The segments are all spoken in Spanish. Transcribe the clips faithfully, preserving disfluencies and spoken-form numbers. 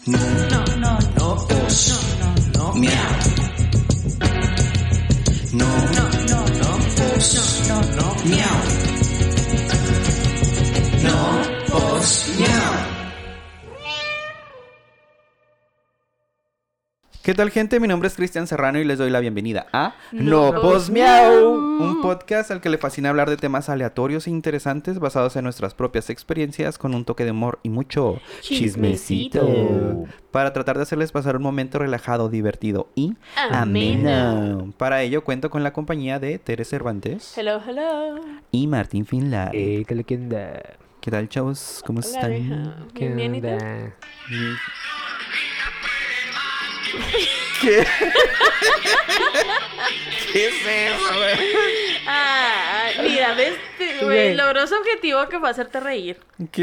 No, no, no, no, os, no, no, no, miau. No, no, no, no, os, no, no, miau. No, os, miau. ¿Qué tal, gente? Mi nombre es Cristian Serrano y les doy la bienvenida a No, No Pos Pos Miau, un podcast al que le fascina hablar de temas aleatorios e interesantes basados en nuestras propias experiencias con un toque de humor y mucho chismecito, Chismecito. para tratar de hacerles pasar un momento relajado, divertido y Ameno. ameno. Para ello cuento con la compañía de Tere Cervantes Hello, hello. y Martín Finlay. Ey, ¿qué le queda? ¿Qué tal, chavos? ¿Cómo Hola, están? vieja. Bien, bien, ¿y tú? onda? ¿Qué? ¿Qué es eso, güey? Ah, mira, ves, Te- güey, Güey. logró su objetivo que fue hacerte reír. ¿Qué?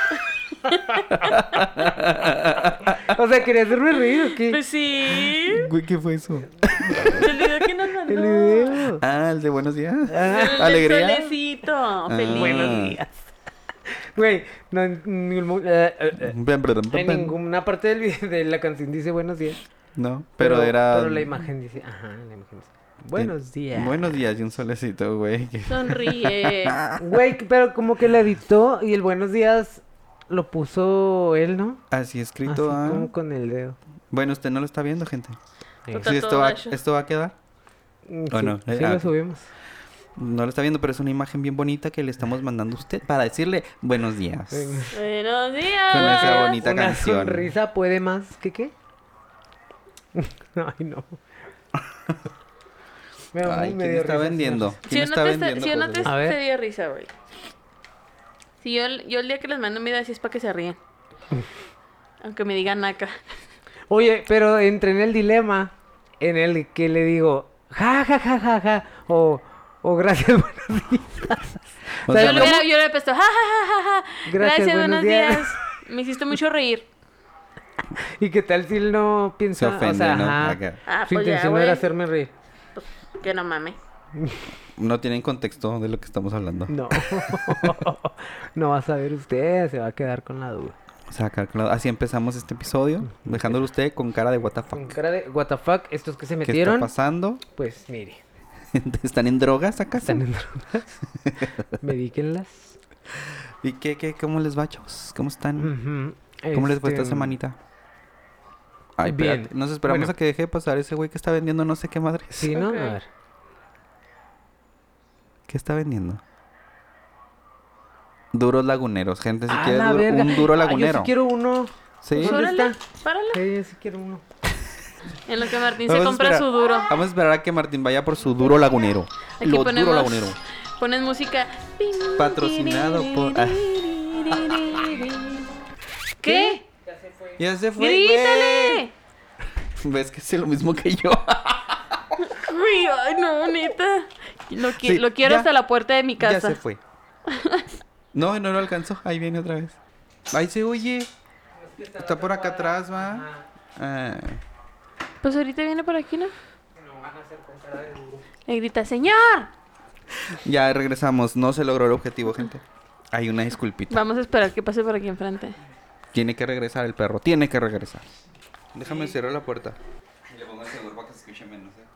O sea, ¿quería hacerme reír o qué? Pues sí. Güey, ¿qué fue eso? El video que nos mandó. El video. Ah, el de buenos días. Ah, El del ¿Alegría? solecito. Feliz. buenos días. Güey, no, en ningún, eh, eh, eh, Bam, bam, bam, en bam. ninguna parte del video de la canción dice buenos días. No, pero, era... Pero la imagen dice, ajá, la imagen dice, buenos días. Buenos días y un solecito, güey. Sonríe. Güey, pero como que la editó y el buenos días lo puso él, ¿no? Así escrito, Así ah. como con el dedo. Bueno, usted no lo está viendo, gente. Está Sí, esto todo va, gacho. esto va a quedar. Mm, ¿O sí, no? sí Ah. lo subimos. No lo está viendo, pero es una imagen bien bonita que le estamos mandando a usted para decirle buenos días. Buenos días. Con esa bonita Una canción. sonrisa puede más que qué. Ay, no. Me da Ay, muy- me ¿quién dio está risa, vendiendo? sí. Si ¿Quién yo no está te, vendiendo si yo no te, cosas? A ver. te dio risa, güey. Si yo, yo el día que les mando un video así es para que se ríen. Aunque me digan naca. Oye, pero entré en el dilema en el que le digo, ja, ja, ja, ja, ja, o, o gracias, buenos días. O sea, Yo sea, le ¿cómo? hubiera, yo le he puesto, ja, ja, ja, ja, ja. Gracias, Gracias, buenos buenos días. días. Me hiciste mucho reír. ¿Y qué tal si él no se piensa? ofende, o sea, ¿no? ajá, Acá. Ah, su pues ya, intención no güey. era hacerme reír. Que no mames. No tienen contexto de lo que estamos hablando. No. No va a saber usted, se va a quedar con la duda. Sacar con la- Así empezamos este episodio, dejándolo usted con cara de what the Con fuck. cara de, what the fuck, estos que se ¿Qué está metieron, pasando? pues mire, ¿Están en drogas acaso? están en drogas. Medíquenlas. ¿Y qué, qué, cómo les va, chavos? ¿Cómo están? Ujú. ¿Cómo les fue esta Este, semanita? Ay, bien. espérate, nos esperamos Bueno. a que deje de pasar ese güey que está vendiendo no sé qué madre. Sí, ¿no? Ok. A ver. ¿Qué está vendiendo? Duros laguneros, gente, si ¡A quiere la duro- verga! un duro Ah, lagunero. yo sí quiero uno. ¿Sí? Pues ¿Dónde órale, está? párale. Sí, yo sí quiero uno. En lo que Martín Vamos se a compra esperar- su duro. Vamos a esperar a que Martín vaya por su duro lagunero. Aquí Lo ponemos, duro lagunero. pones música. Patrocinado por- ah. ¿Qué? Ya se fue, ¡Grítale! güey. ¿Ves que es lo mismo que yo? Uy, ay, no, neta. Lo, qui- Sí, lo quiero ya. hasta la puerta de mi Ya casa. se fue. No, no lo alcanzó. Ahí viene otra vez. Ahí se oye. Está por acá atrás, va. Ah. Pues ahorita viene por aquí, ¿no? Le grita, señor. Ya regresamos. No se logró el objetivo, gente. Hay una disculpita. Vamos a esperar que pase por aquí enfrente. Tiene que regresar el perro. Tiene que regresar. Déjame cerrar la puerta. Y le pongo el seguro para que se escuche menos, ¿eh?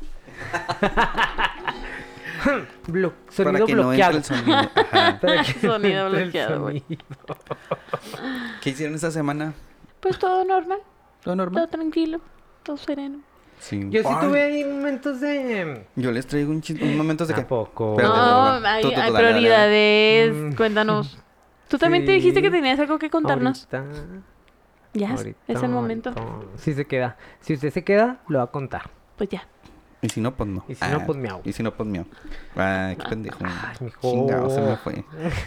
Blo- Para sonido que no bloqueado. entre el sonido. Ajá. Para que no Sonido entre el bloqueado, güey. sonido. ¿Qué hicieron esta semana? Pues todo normal, ¿Todo todo normal? tranquilo, todo sereno. Sí. Yo sí Ay, tuve ahí momentos de... Yo les traigo un, chis- un momento de que... ¿A poco? Espérate, No, no, hay, tú, tú, tú, hay dale, dale, prioridades. Mm. Cuéntanos. Tú también te dijiste Sí. que tenías algo que contarnos. Ahorita, Ya, ahorita, es el momento. ahorita. Sí se queda. Si usted se queda, lo va a contar. Pues ya. Y si no, pues no. Y si no, pues miau. Y si no, pues miau. Ay, qué pendejo. Ay, mijo. Chingado, se me fue.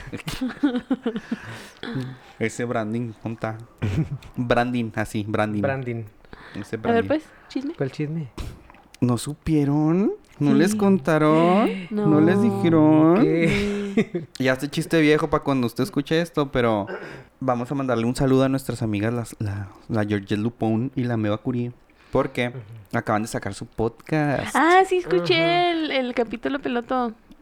Ese branding, ¿dónde está? Branding, así, branding. Branding. Ese A ver, branding. pues, chisme. ¿Cuál chisme? ¿No supieron? ¿No les contaron? No. ¿No les dijeron? ¿Qué? Ya este chiste viejo para cuando usted escuche esto, pero vamos a mandarle un saludo a nuestras amigas, las, la, la Georgette Lupón y la Meva Curie, porque acaban de sacar su podcast. Ah, sí, escuché el, el capítulo piloto.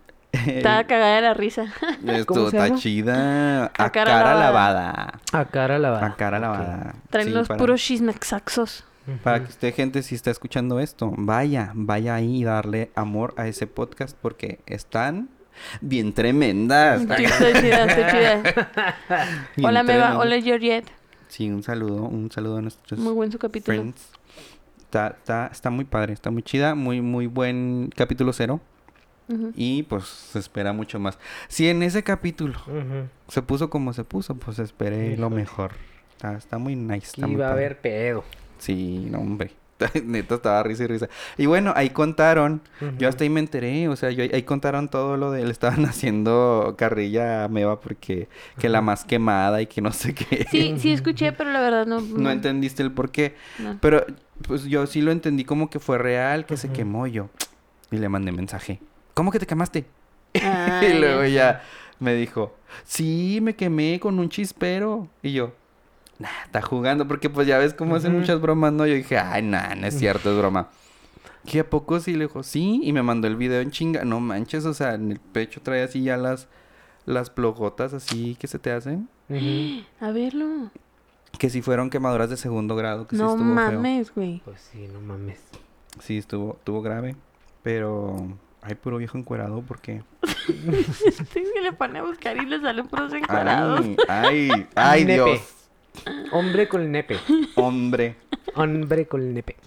Estaba cagada de la risa. Esto ¿Cómo se está llama? chida. A, A cara cara, lavada. lavada. A cara lavada. A cara Ok. lavada. Traen Sí, los para- puros chismexaxos. Para que usted, gente, si está escuchando esto, vaya, vaya ahí y darle amor a ese podcast porque están bien tremendas. Sí, estoy chida, estoy chida. Bien Hola, Meva. tremendas. Hola, Georgette. Sí, un saludo, un saludo a nuestros Muy buen su capítulo. friends. Está, está, está muy padre, está muy chida, muy, muy buen capítulo cero. Ujú. Y pues se espera mucho más. Si en ese capítulo Ujú. se puso como se puso, pues esperé lo Híjole. mejor. Está, está muy nice. Está Y muy va a padre. haber pedo. Sí, no, hombre. Neta estaba risa y risa. Y bueno, ahí contaron. Yo Ujú. hasta ahí me enteré. O sea, yo ahí, ahí contaron todo lo de... Le estaban haciendo carrilla a Meva porque... Que la más quemada y que no sé qué. Sí, sí escuché, pero la verdad no. No entendiste el por qué. No. Pero pues yo sí lo entendí como que fue real, que se Ujú. quemó yo. Y le mandé mensaje. ¿Cómo que te quemaste? Ah, Y luego ya. ya me dijo, sí, me quemé con un chispero. Y yo, nah, está jugando, porque pues ya ves cómo hacen Ujú. muchas bromas, ¿no? Yo dije, ay, nah, no es cierto, es broma. ¿Qué a poco sí? Le dijo, sí, y me mandó el video en chinga. No manches, o sea, en el pecho trae así ya las, las plogotas así que se te hacen. Ujú. A verlo. Que sí fueron quemaduras de segundo grado, que sí No estuvo feo. mames, güey. Pues sí, no mames. Sí, estuvo, estuvo grave, pero... Ay, puro viejo encuerado, porque... Sí, que le pone a buscar y le salen puros encuadrados. Ay, ay, ay, Nepe. Dios. Hombre con el nepe. Hombre. Hombre con el nepe.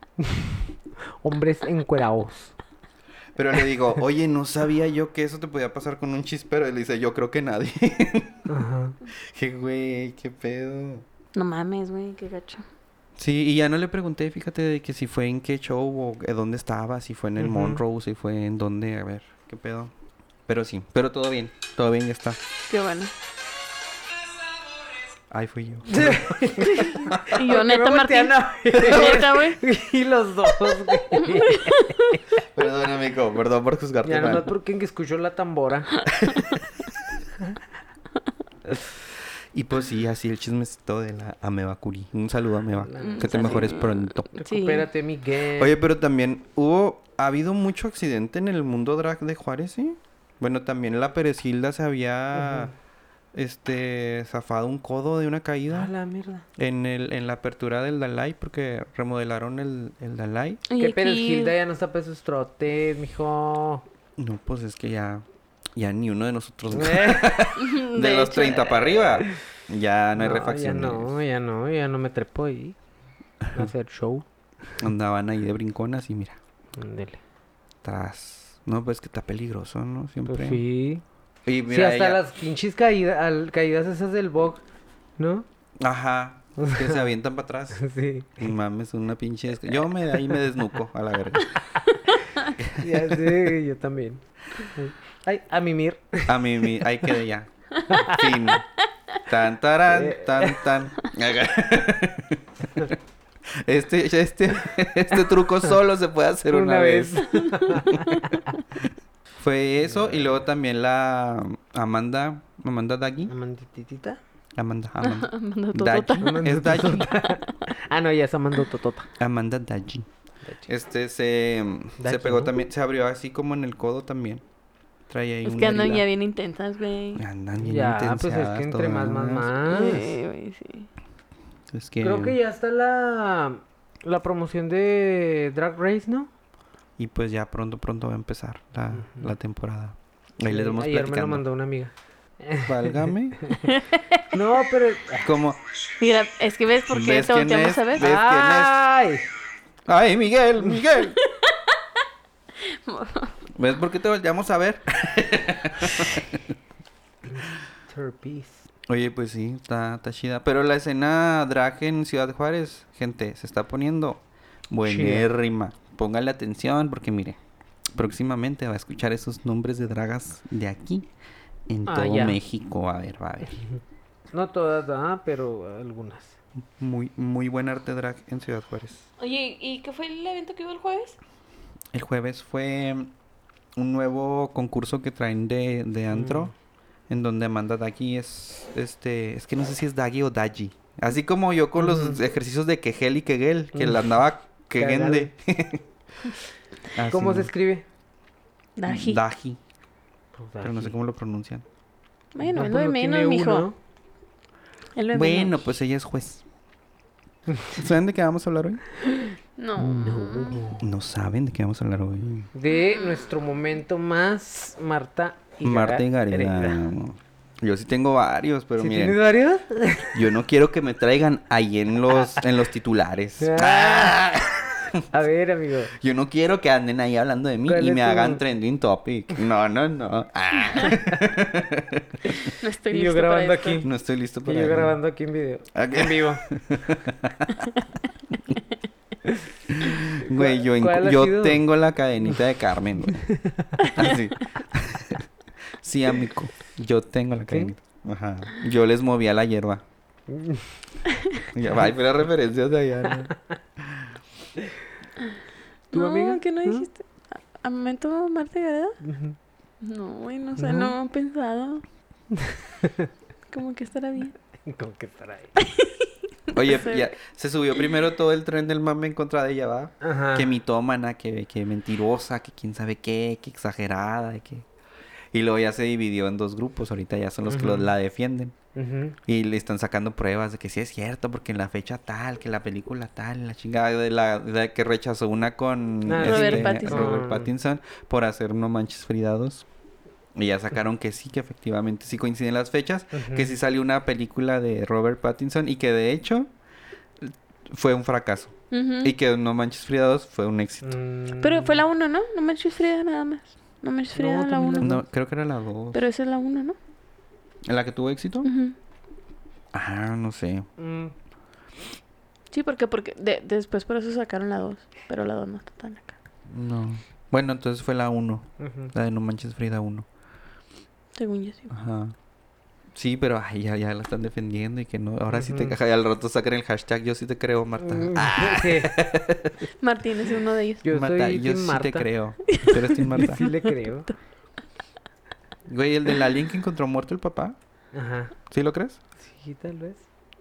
Hombres encuerados. Pero le digo, oye, no sabía yo que eso te podía pasar con un chispero. Y le dice, yo creo que nadie. Ajá. Qué güey, qué pedo. No mames, güey, qué gacho. Sí, y ya no le pregunté, fíjate, de que si fue en qué show o eh, dónde estaba, si fue en el Ujú. Monroe, si fue en dónde, a ver, qué pedo. Pero sí, pero todo bien, todo bien, ya está. Qué bueno. Ay, fui yo. Y yo, neta, Me Martín. voltean a ver. Neta, güey. Y los dos, güey. Perdón, amigo, perdón por juzgarte Ya mal. nomás porque que escuchó la tambora. Y pues sí, así el chismecito de la Ameba Curi. Un saludo, Ameba. Mm, Que te saludo. mejores pronto. Sí. Recupérate, Miguel. Oye, pero también hubo... Ha habido mucho accidente en el mundo drag de Juárez, ¿sí? Bueno, también la Perecilda se había... Este... Zafado un codo de una A caída. la mierda. En el... En la apertura del Dalai. Porque remodelaron el... El Dalai. Y ¿Qué aquí- perejilda ya no está para esos trotes, mijo? No, pues es que ya... Ya ni uno de nosotros... Eh, de, De los hecho, treinta para arriba. Ya no hay ya refacciones. no, ya no, ya no me trepo ahí. A hacer show. Andaban ahí de brinconas y mira... Ándele. Tras... No, pues que está peligroso, ¿no? Siempre. Pues sí. Y Sí, mira, hasta ella- las pinches caídas, al- caídas esas del bog, ¿no? Ajá. Que se avientan para atrás. Sí. Y mames, una pinche... des- Yo me ahí me desnuco a la verga. Ya sé, yo también. Ay, a mimir. A mí, mi... ahí quedé ya. Fin. Tan, tarán, tan, tan. Este, este, este truco solo se puede hacer una, vez. Fue eso. Y luego también la Amanda... Amanda Daggy. ¿Amandititita? Amanda, Amanda. Manda totota. Daggy. Es Daggy. Ah, no, ya es Amando Totota. Amanda Daggy. Este se, se Daggy, pegó ¿no? también, se abrió así como en el codo también. Traía ahí Es una que andan herida. ya bien intensas, güey. Andan bien Ya, pues es intenseadas que entre más, más, todas. más. Sí, güey, sí. Es que... Creo que ya está la, la promoción de Drag Race, ¿no? Y pues ya pronto, pronto va a empezar la, Ujú. la temporada. Ahí les vamos Ayer me lo platicando. mandó una amiga. Válgame. No, pero... Como... Mira, es que ves por qué ¿Ves te quién volteamos es? a ver. ¿Ves? quién es? ¡Ay! ¡Ay, Miguel! ¡Miguel! ¿Ves por qué te volteamos a ver? Turpies. Oye, pues sí, está, está chida. Pero la escena drag en Ciudad Juárez, gente, se está poniendo buenérrima. Póngale atención porque mire, próximamente va a escuchar esos nombres de dragas de aquí en Ah, todo ya. México. A ver, va a ver. No todas, ah, pero algunas. Muy, muy buen arte drag en Ciudad Juárez. Oye, ¿y qué fue el evento que hubo el jueves? El jueves fue un nuevo concurso que traen de, de antro. Mm. En donde Amanda Daggy es, este, es que no sé si es Daggy o Daggy. Así como yo con los Ujú. ejercicios de Kegel y Kegel, que Mm. la andaba quegende. ¿Cómo Así. se escribe? Daji. Daji. pero no sé cómo lo pronuncian. Bueno, No, es lo pues de no menos, tiene mijo. uno. Es lo de Bueno, menos. pues ella es juez. ¿Saben de qué vamos a hablar hoy? No. No. No saben de qué vamos a hablar hoy. De nuestro momento más Marta y Marta y Gareda. Gareda. Yo sí tengo varios, pero ¿Sí miren, tienes varios? yo no quiero que me traigan ahí en los, en los titulares. Ah. A ver, amigo. Yo no quiero que anden ahí hablando de mí ¿Cuál y es me tu- hagan trending topic. No, no, no. Ah, No estoy Y listo yo grabando para esto. aquí. no estoy listo Y para yo ello. grabando aquí en video. Ok. En vivo. Güey, yo, ¿Cuál encu- ha yo sido? tengo la cadenita de Carmen, güey. Así. Sí, amigo. Yo tengo la cadenita. Ajá. Yo les movía la hierba. Ya, ay, pero referencias de allá, ¿no? ¿Tu no, amiga? ¿qué no ¿No? dijiste? ¿A a momento Marta y Gareda? Ujú. No, güey, no sé, ¿No? no he pensado. Como que estará bien. Como que estará ahí. Oye, Sí. ya se subió primero todo el tren del mame en contra de ella, ¿va? Ajá. Que mitómana, que, que mentirosa, que quién sabe qué, que exagerada, que... Y luego ya se dividió en dos grupos, ahorita ya son los que Ujú. los- la defienden. Ujú. Y le están sacando pruebas de que sí es cierto, porque en la fecha tal, que la película tal, la chingada de la, de la que rechazó una con Ah, este, Robert Pattinson. Robert Con- Pattinson por hacer No Manches Frida dos. Y ya sacaron que sí, que efectivamente sí coinciden las fechas, Ujú. que sí salió una película de Robert Pattinson y que de hecho fue un fracaso. Ujú. Y que No Manches Frida dos fue un éxito. Mm. Pero fue la uno, ¿no? No manches Frida nada más. No manches Frida, No, la también uno. la- No, creo que era la dos. Pero esa es la uno, ¿no? ¿La que tuvo éxito? Ujú. Ah, no sé. Mm. Sí, porque, porque de- después por eso sacaron la dos. Pero la dos no está tan acá. No. Bueno, entonces fue la uno. Ujú. La de No Manches Frida uno. Según yo sí. Ajá. Sí, pero ay, ya, ya la están defendiendo y que no. Ahora sí te Ujú. caja. Y al rato sacan el hashtag Yo sí te creo, Marta. Mm, Ah, sí. Martín es uno de ellos. Yo Marta, soy yo Team sí Marta. te creo. Tú eres Team Marta. Sí le creo. Güey, el del alien que encontró muerto el papá. Ajá. ¿Sí lo crees? Sí, tal vez.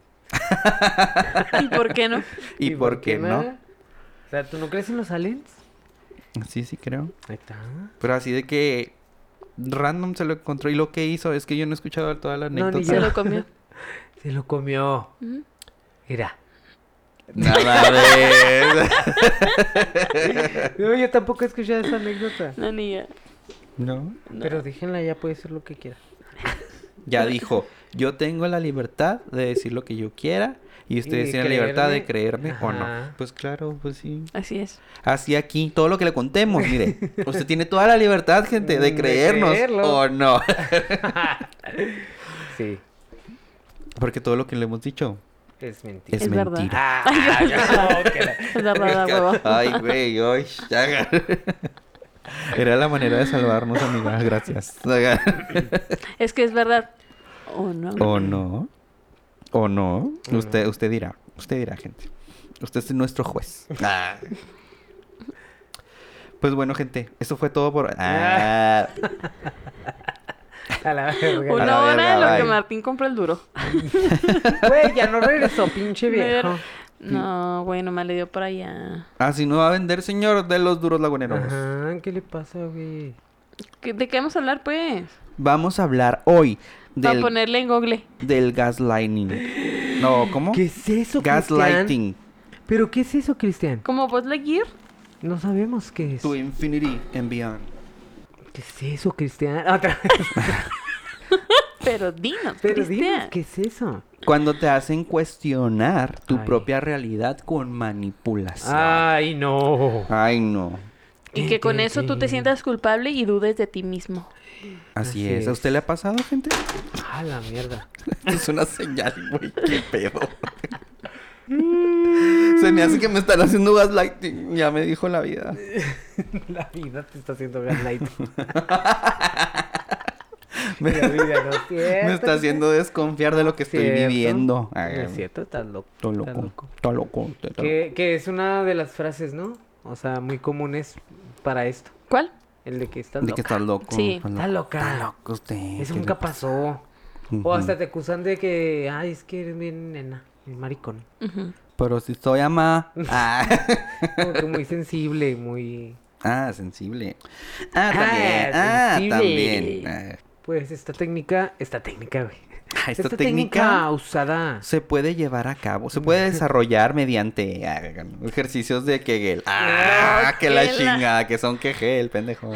¿Y por qué no? ¿Y, por qué no? O sea, ¿tú no crees en los aliens? Sí, sí creo. Ahí está. Pero así de que random se lo encontró. Y lo que hizo es que yo no he escuchado toda la No, ni anécdota. Se yo. lo comió. Se lo comió. Ujú. Mira. Nada de... No, yo tampoco he escuchado esa anécdota. No, ni yo. No. No. Pero déjenla, ya puede ser lo que quiera. Ya dijo, yo tengo la libertad de decir lo que yo quiera y ustedes Y tienen la libertad de creerme. creerme o no. Ajá. Pues claro, pues sí. Así es. Así aquí, todo lo que le contemos, mire. Usted tiene toda la libertad, gente, de De creernos creerlo. o no. Sí, Porque todo lo que le hemos dicho es mentira. es, Es verdad. mentira. Ah, no, que la- Es verdad, huevo. Ay, güey, ay, ya. Era la manera de salvarnos, amiga. Gracias. Es que es verdad. ¿O no? ¿O no? ¿O no? Usted, usted dirá. Usted dirá, gente. Usted es nuestro juez. Ah. Pues bueno, gente. Eso fue todo por... Ah. A la verga. Una A la hora verga, de lo que bye. Martín compró el duro. Güey, ya no regresó, pinche viejo. No, güey, nomás le dio por allá. Ah, si no va a vender, señor, de los duros laguneros. Ajá, ¿qué le pasa, güey? ¿Qué- ¿De qué vamos a hablar, pues? Vamos a hablar hoy Para del, ponerle en Google. del gaslighting. No, ¿cómo? ¿Qué es eso, Cristian? Gaslighting. ¿Pero qué es eso, Cristian? ¿Como Buzz Lightyear? No sabemos qué es. To infinity and beyond. ¿Qué es eso, Cristian? Otra vez. Pero dinos, Pero dinos, Cristian. ¿qué es eso? Cuando te hacen cuestionar tu Ay. propia realidad con manipulación. Ay, no. Ay, no. Y que con eso tú te sientas culpable y dudes de ti mismo. Así, Así es. ¿A es. usted le ha pasado, gente? Ah, la mierda. Es una señal, güey. Qué pedo. Se me hace que me están haciendo gaslighting. Ya me dijo la vida. La vida te está haciendo gaslight. Me, La vida no es cierto. me está haciendo desconfiar de lo que estoy ¿Cierto? viviendo. No Ay, es cierto, estás loco. Todo estás loco. Todo loco. todo loco. Que, que es una de las frases, ¿no? O sea, muy comunes para esto. ¿Cuál? El de que estás De loca. que estás loco. Sí. estás Está loco. loca. Está loco usted. Eso ¿qué nunca le pasó. Ujú. O hasta te acusan de que, ay, es que eres bien nena, bien maricón. Ujú. Pero si soy ama. Ah. Como que muy sensible, muy... Ah, sensible. Ah, también. Ah, sensible. también. Ah, Pues esta técnica, esta técnica, güey. Ah, esta Esta técnica técnica usada. se puede llevar a cabo, se puede desarrollar mediante ah, ejercicios de Kegel. Ah, que la que la- chingada, que son Kegel, pendejo.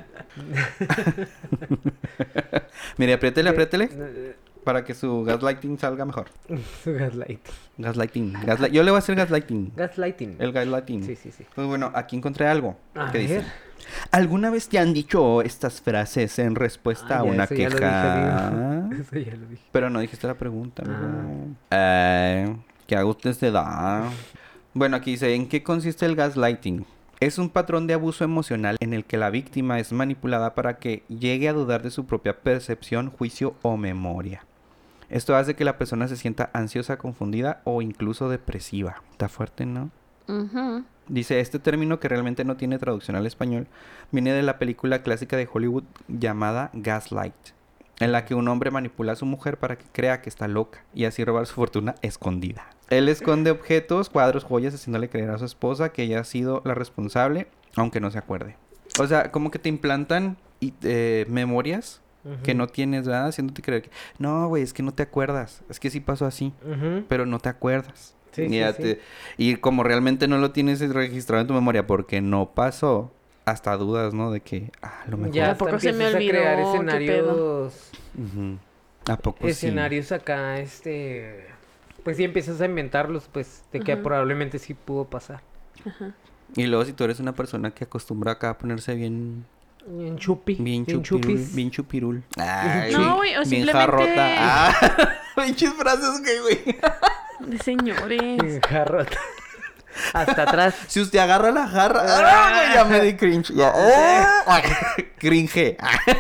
Mire, apriétele, apriétele para que su gaslighting salga mejor. Gaslighting. Gaslighting. gaslight- Yo le voy a hacer gaslighting. Gaslighting. El gaslighting. Sí, sí, sí. Pues bueno, aquí encontré algo A que dice. ver. ¿Alguna vez te han dicho estas frases en respuesta Ah, a ya, una eso ya lo dije, queja? amigo. Eso ya lo dije. Pero no dijiste la pregunta, Ah. amigo. Eh, ¿qué ajustes te da? Bueno, aquí dice, ¿en qué consiste el gaslighting? Es un patrón de abuso emocional en el que la víctima es manipulada para que llegue a dudar de su propia percepción, juicio o memoria. Esto hace que la persona se sienta ansiosa, confundida o incluso depresiva. Está fuerte, ¿no? Ujú. Dice, este término que realmente no tiene traducción al español, viene de la película clásica de Hollywood llamada Gaslight, en la que un hombre manipula a su mujer para que crea que está loca y así robar su fortuna escondida. Él esconde objetos, cuadros, joyas, haciéndole creer a su esposa que ella ha sido la responsable, aunque no se acuerde. O sea, como que te implantan y- eh, memorias que no tienes, ¿verdad? Haciéndote creer que, no, güey, es que no te acuerdas, es que sí pasó así, Ujú. pero no te acuerdas. Sí, y, sí, ya sí. te- y como realmente no lo tienes registrado en tu memoria porque no pasó, hasta dudas, ¿no? De que, ah, a lo mejor. Ya ¿A hasta poco se me empiezas a crear olvidó? ¿Qué escenarios, Ujú. ¿A poco sí? escenarios acá, este, pues sí empiezas a inventarlos, pues, de que Ujú. probablemente sí pudo pasar. Y luego si tú eres una persona que acostumbra acá a ponerse bien, En chupi, bien bien chupirul, chupis. bien chupirul. Ay, No, güey, o bien simplemente- jarrota. Ah, pinches frases que, güey. De señores. En jarrota. Hasta atrás. Si usted agarra la jarra, ah, güey, ya me di cringe. Ya, oh, cringe.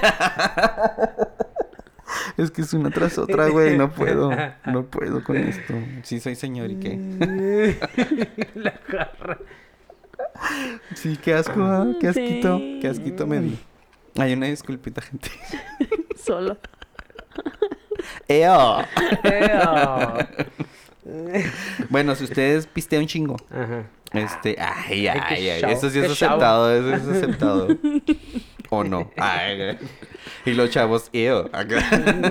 Es que es una tras otra, güey. No puedo. No puedo con esto. Sí, soy señor y qué. La jarra. Sí, qué asco, ¿ah? Qué asquito. Sí. Qué asquito me di. Hay una disculpita, gente. Solo. ¡Eo! Eo. Bueno, si ustedes pistean un chingo. Ajá. Este, ay, Ay, ay, qué ay. show, Eso sí es qué show. aceptado, eso es aceptado. ¿O no? Ay, güey. Y los chavos, ¡eo! Acá.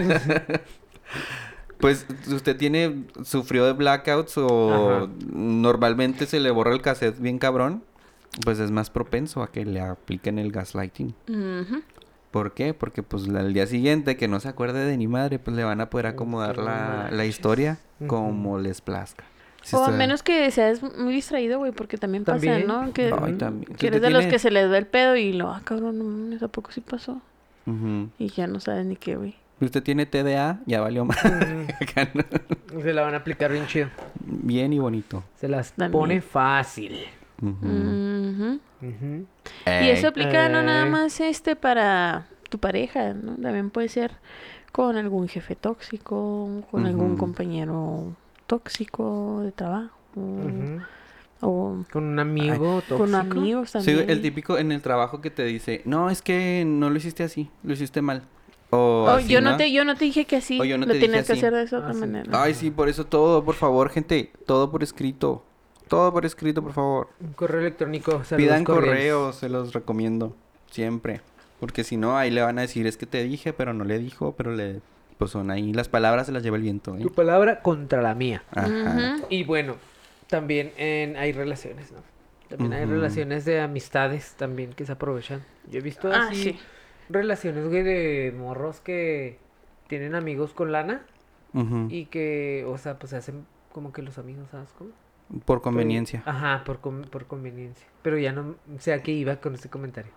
Pues, ¿usted tiene, sufrió de blackouts o Ajá. normalmente se le borra el cassette bien cabrón? Pues es más propenso a que le apliquen el gaslighting. Ujú. ¿Por qué? Porque pues la- al día siguiente que no se acuerde de ni madre, pues le van a poder acomodar no la, la manches. historia Ujú. como les plazca. Sí O a está- menos que seas muy distraído, güey, porque también, También. pasa, ¿no? Que, Ay, también. que Si eres usted de los tiene- que se les da el pedo y lo, ah, cabrón, no mames, ¿a poco sí pasó? Ujú. Y ya no sabes ni qué, güey. Si usted tiene T D A, ya valió más. Acá no. Se la van a aplicar bien chido. Bien y bonito. Se las También. pone fácil. Ujú. Ujú. Ujú. Y Ey. eso aplica no nada Ey. más este para tu pareja, ¿no? También puede ser con algún jefe tóxico, con algún Ujú. compañero tóxico de trabajo, Ujú. o Con un amigo tóxico. con amigos Sí, también. el típico en el trabajo que te dice, no, es que no lo hiciste así, lo hiciste mal. O O así, yo no te yo no te dije que así, O yo no lo te dije tienes que así. hacer de esa Ah, otra sí. manera. Ay, sí, por eso todo, por favor, gente, todo por escrito. Todo por escrito, por favor. Un correo electrónico. saludos Pidan cordiales. correos, se los recomiendo. Siempre. Porque si no, ahí le van a decir, es que te dije, pero no le dijo, pero le... Pues son ahí, las palabras se las lleva el viento, ¿eh? Tu palabra contra la mía. Ajá. Ujú. Y bueno, también en, hay relaciones, ¿no? También hay Ujú. relaciones de amistades también que se aprovechan. Yo he visto Ah, así sí. relaciones, güey, de morros que tienen amigos con lana Ujú. y que, o sea, pues se hacen como que los amigos, ¿sabes cómo? Por conveniencia. Pero- ajá, por, con- por conveniencia. Pero ya no sé a qué iba con este comentario.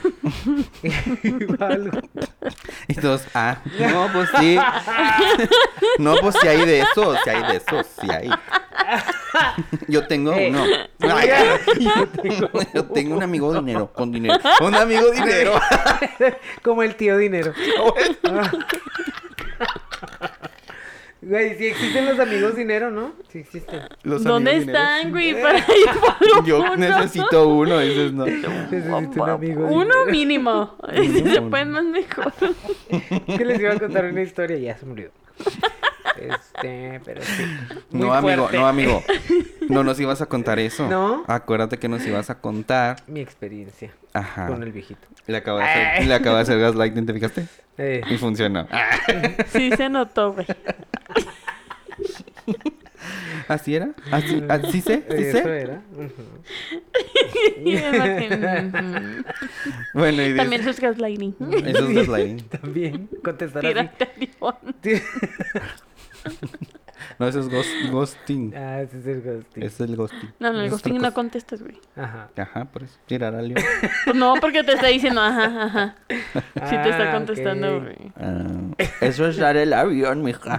Iba algo. Y todos, ah, no, pues sí. No, pues sí hay de eso, sí hay de eso, sí hay. Yo tengo Eh, uno. sí, Ay, yo tengo yo tengo un amigo dinero, con dinero. Un amigo dinero. Como el tío dinero. Güey, sí existen los amigos dinero, ¿no? Sí existen. Los ¿Dónde amigos dinero. están, güey? Para ir por Yo uno. necesito uno, dices no. Necesito un amigo Uno dinero. mínimo. Si se Uno. pueden más mejor. Que les iba a contar una historia y ya se murió. Este, pero sí. Muy No, amigo, fuerte. no, amigo. No nos ibas a contar eso. ¿No? Acuérdate que nos ibas a contar. Mi experiencia Ajá. con el viejito. Le acaba de hacer, le acaba de hacer gaslighting, ¿te fijaste? Eh, Y funcionó. Sí se notó, güey. ¿Así era? ¿Así, así sé? ¿Sí eso sé? era. Ujú. Y me imaginé, ujú. Bueno, y También dice... eso es gaslighting. Eso es gaslighting. También contestar así. Tírate al león. No, eso es ghost, ghosting. Ah, ese es el ghosting. Es el ghosting. No, no, el Eso es otra ghosting no cosa. contestas, güey. Ajá. Ajá, por eso. Tirar al león. Pues no, porque te está diciendo, ajá, ajá. Sí te está Ah, contestando, ok. güey. Ah, eso es dar el avión, mija.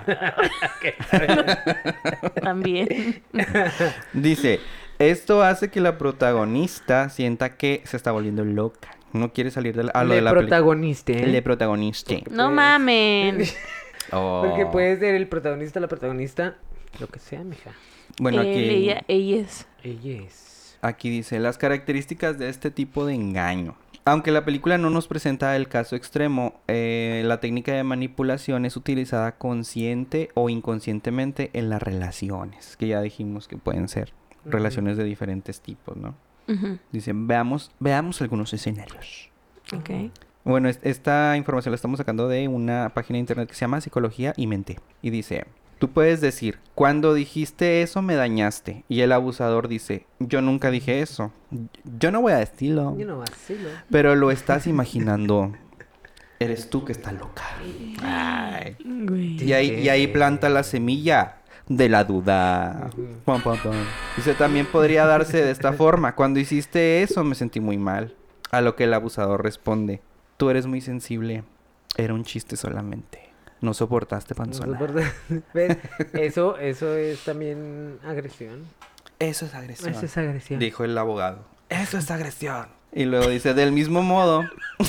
También. Dice, esto hace que la protagonista sienta que se está volviendo loca. No quiere salir de la, a lo Le de la película. protagonista. ¿eh? Le protagonista. No Pues- mamen. Oh. Porque puede ser el protagonista, la protagonista, lo que sea, mija. Bueno, Él, aquí, ella, ellas. Ella es. aquí dice, las características de este tipo de engaño. Aunque la película no nos presenta el caso extremo, eh, la técnica de manipulación es utilizada consciente o inconscientemente en las relaciones, que ya dijimos que pueden ser Ujú. relaciones de diferentes tipos, ¿no? Ujú, Dicen, veamos, veamos algunos escenarios. ok. Bueno, es- esta información la estamos sacando de una página de internet que se llama Psicología y Mente. Y dice, tú puedes decir, cuando dijiste eso me dañaste. Y el abusador dice, yo nunca dije eso. Yo no voy a decirlo. Yo no vacilo. Pero lo estás imaginando. Eres tú que estás loca. Ay. Güey. Y ahí, y ahí planta la semilla de la duda. Ujú. Pam, pam, pam. Dice, también podría darse de esta forma. Cuando hiciste eso me sentí muy mal. A lo que el abusador responde, tú eres muy sensible. Era un chiste solamente. No soportaste, No panzona. soporta- ¿Ves? Eso, eso es también agresión. Eso es agresión. Eso es agresión. Dijo el abogado. Eso es agresión. Y luego dice, del mismo modo.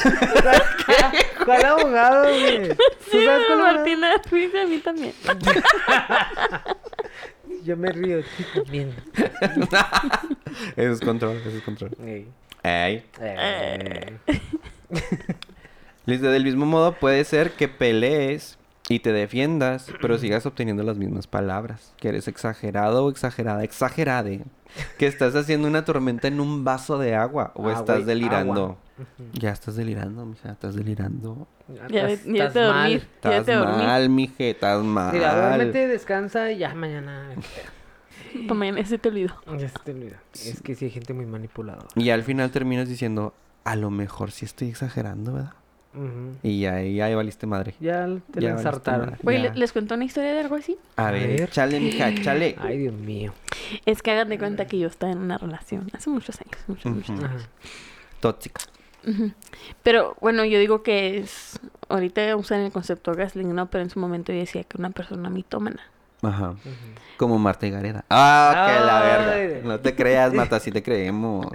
¿Cuál abogado, güey? ¿Tú Sí, sabes cuál abogado? Martina, sí, a mí también. Yo me río, tú también. Eso es control, eso es control. Ey. Ey. Eh. Dice, del mismo modo puede ser que pelees y te defiendas, pero sigas obteniendo las mismas palabras. Que eres exagerado o exagerada, exagerade. Que estás haciendo una tormenta en un vaso de agua o Agua estás y delirando. agua. Ya estás delirando, mija, estás delirando. Ya, Estás- ya estás te mal. dormir. Ya Estás te dormí. mal, mije, estás mal. Mira, duérmete, descansa y ya mañana. Pa' mañana se te olvidó. Ya se te olvida. Es que sí hay gente muy manipuladora. Y al final terminas diciendo, a lo mejor sí estoy exagerando, ¿verdad? Ujú. Y ahí, ahí valiste madre. Ya te Ya la valiste ensartaron. madre. Güey, Ya. ¿le- ¿les cuento una historia de algo así? A, A ver, ver. chale, mija, chale. Ay, Dios mío. Es que hagan de cuenta que yo estaba en una relación hace muchos años, muchos, muchos Ujú. años. Ajá. Tóxica. Ujú. Pero bueno, yo digo que es. Ahorita usan el concepto gaslighting, ¿no? Pero en su momento yo decía que una persona mitómana. Ajá. Ujú. Como Marta y Gareda. Ah, que la Ay. verga. No te creas, Marta, si te creemos.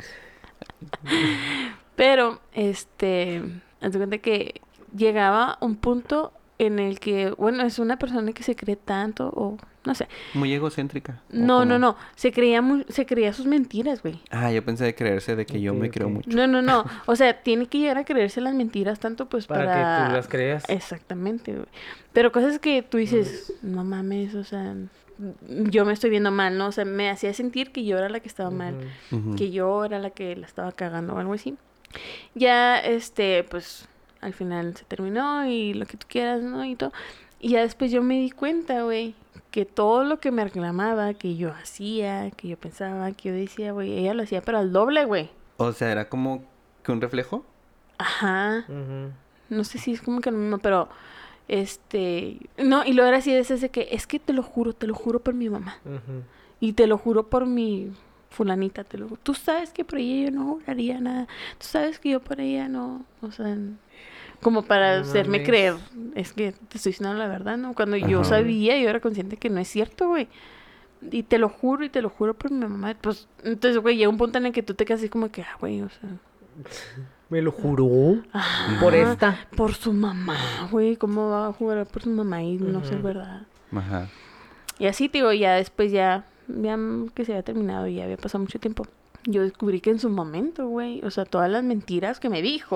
Pero, este. Haz de cuenta que llegaba un punto en el que, bueno, es una persona que se cree tanto, o no sé. Muy egocéntrica. ¿o No, no, cómo? no. Se creía, mu- se creía sus mentiras, güey. Ah, yo pensé de creerse de que yo Ok, me creo ok. mucho. No, no, no. O sea, tiene que llegar a creerse las mentiras tanto, pues, Para para. que tú las creas. Exactamente, güey. Pero cosas que tú dices, no mames, o sea, yo me estoy viendo mal, ¿no? O sea, me hacía sentir que yo era la que estaba mal, Ujú. Ujú. que yo era la que la estaba cagando o algo así. Ya, este, pues, al final se terminó y lo que tú quieras, ¿no? Y todo. Y ya después yo me di cuenta, güey, que todo lo que me reclamaba, que yo hacía, que yo pensaba, que yo decía, güey, ella lo hacía, pero al doble, güey. O sea, era como que un reflejo. Ajá. Ujú. No sé si es como que lo mismo, pero este, no, y lo era así, es ese que, es que te lo juro, te lo juro por mi mamá, Ujú. y te lo juro por mi fulanita, te lo juro. Tú sabes que por ella yo no juraría nada, tú sabes que yo por ella no, o sea, como para No hacerme mames. creer, es que te estoy diciendo la verdad, ¿no? Cuando yo Ajá. sabía, yo era consciente que no es cierto, güey. Y te lo juro, y te lo juro por mi mamá. Pues, entonces, güey, llega un punto en el que tú te quedas así como que, ah, güey, o sea. Me lo juró. Ajá. Por esta. Por su mamá, güey. ¿Cómo va a jugar por su mamá y no ser Ujú. verdad? Ajá. Y así, te digo, ya después ya, ya que se había terminado y ya había pasado mucho tiempo, yo descubrí que en su momento, güey, o sea, todas las mentiras que me dijo,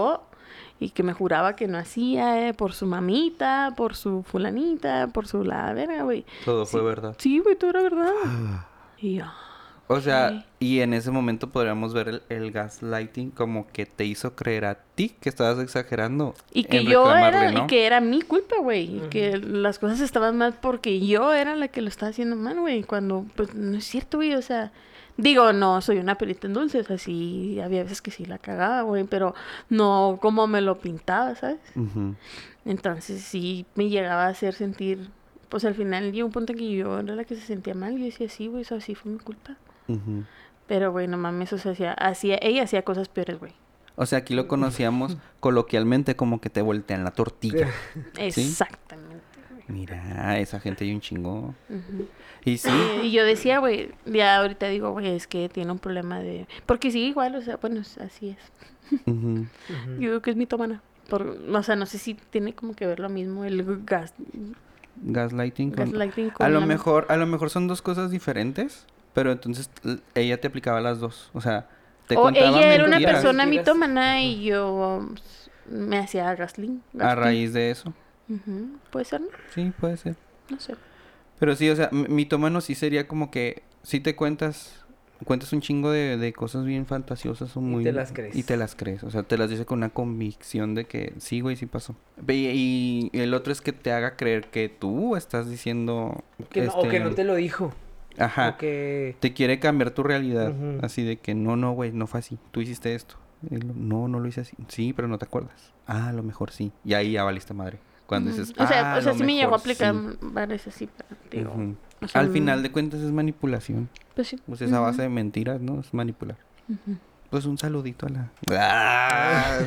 Y que me juraba que no hacía, eh, por su mamita, por su fulanita, por su la verga, güey. Todo Sí. fue verdad. Sí, güey, todo era verdad. Y yo, O sea, ok. y en ese momento podríamos ver el, el gaslighting como que te hizo creer a ti que estabas exagerando. Y que en yo era, reclamarle, ¿no? y que era mi culpa, güey. Y que las cosas estaban mal porque yo era la que lo estaba haciendo mal, güey. Cuando, pues, no es cierto, güey. O sea, digo, no soy una perita en dulces. Así, había veces que sí la cagaba, güey. Pero no como me lo pintaba, ¿sabes? Ujú. Entonces sí me llegaba a hacer sentir... Pues al final llegó un punto en que yo era la que se sentía mal. Yo decía, sí, güey, eso sí fue mi culpa. Ujú. Pero, güey, no mames, o sea, hacía, hacía, ella hacía cosas peores, güey. O sea, aquí lo conocíamos coloquialmente como que te voltean la tortilla. ¿Sí? Exactamente. Mira, esa gente hay un chingo. Ujú. Y sí, Y, y yo decía, güey, ya ahorita digo, güey, es que tiene un problema de... Porque sí, igual, o sea, bueno, es- así es. ujú. Yo digo que es mitómana. Por, o sea, no sé si tiene como que ver lo mismo el gas, Gaslighting. con- gaslighting con A lo la- mejor, a lo mejor son dos cosas diferentes, pero entonces l- ella te aplicaba las dos. O sea, te O contaba ella era una mentiras persona Mentiras. mitómana y yo um, me hacía gasling. a raíz de eso. Ujú. ¿Puede ser, no? Sí, puede ser. No sé. Pero sí, o sea, m- mitómano sí sería como que si te cuentas, cuentas un chingo de, de cosas bien fantasiosas o Y muy... te las crees. Y te las crees, o sea, te las dice con una convicción de que sí, güey, sí pasó. Ve- Y, y el otro es que te haga creer que tú estás diciendo... Que no- O que este, no te lo dijo. Ajá. O que... Te quiere cambiar tu realidad, Ujú. así de que no, no, güey, no fue así, tú hiciste esto. Y lo- no, no lo hice así. Sí, pero no te acuerdas. Ah, a lo mejor sí. Y ahí ya valiste madre. Cuando Ujú. dices, O sea, "Ah, o sea, lo sí me llegó a mejor aplicar sí". varias así, pero digo... Ujú. o sea, Al mm, final de cuentas es manipulación. Pues sí. Pues esa Ujú. base de mentiras, ¿no? Es manipular. Ujú. Pues un saludito a la... ¡Ah!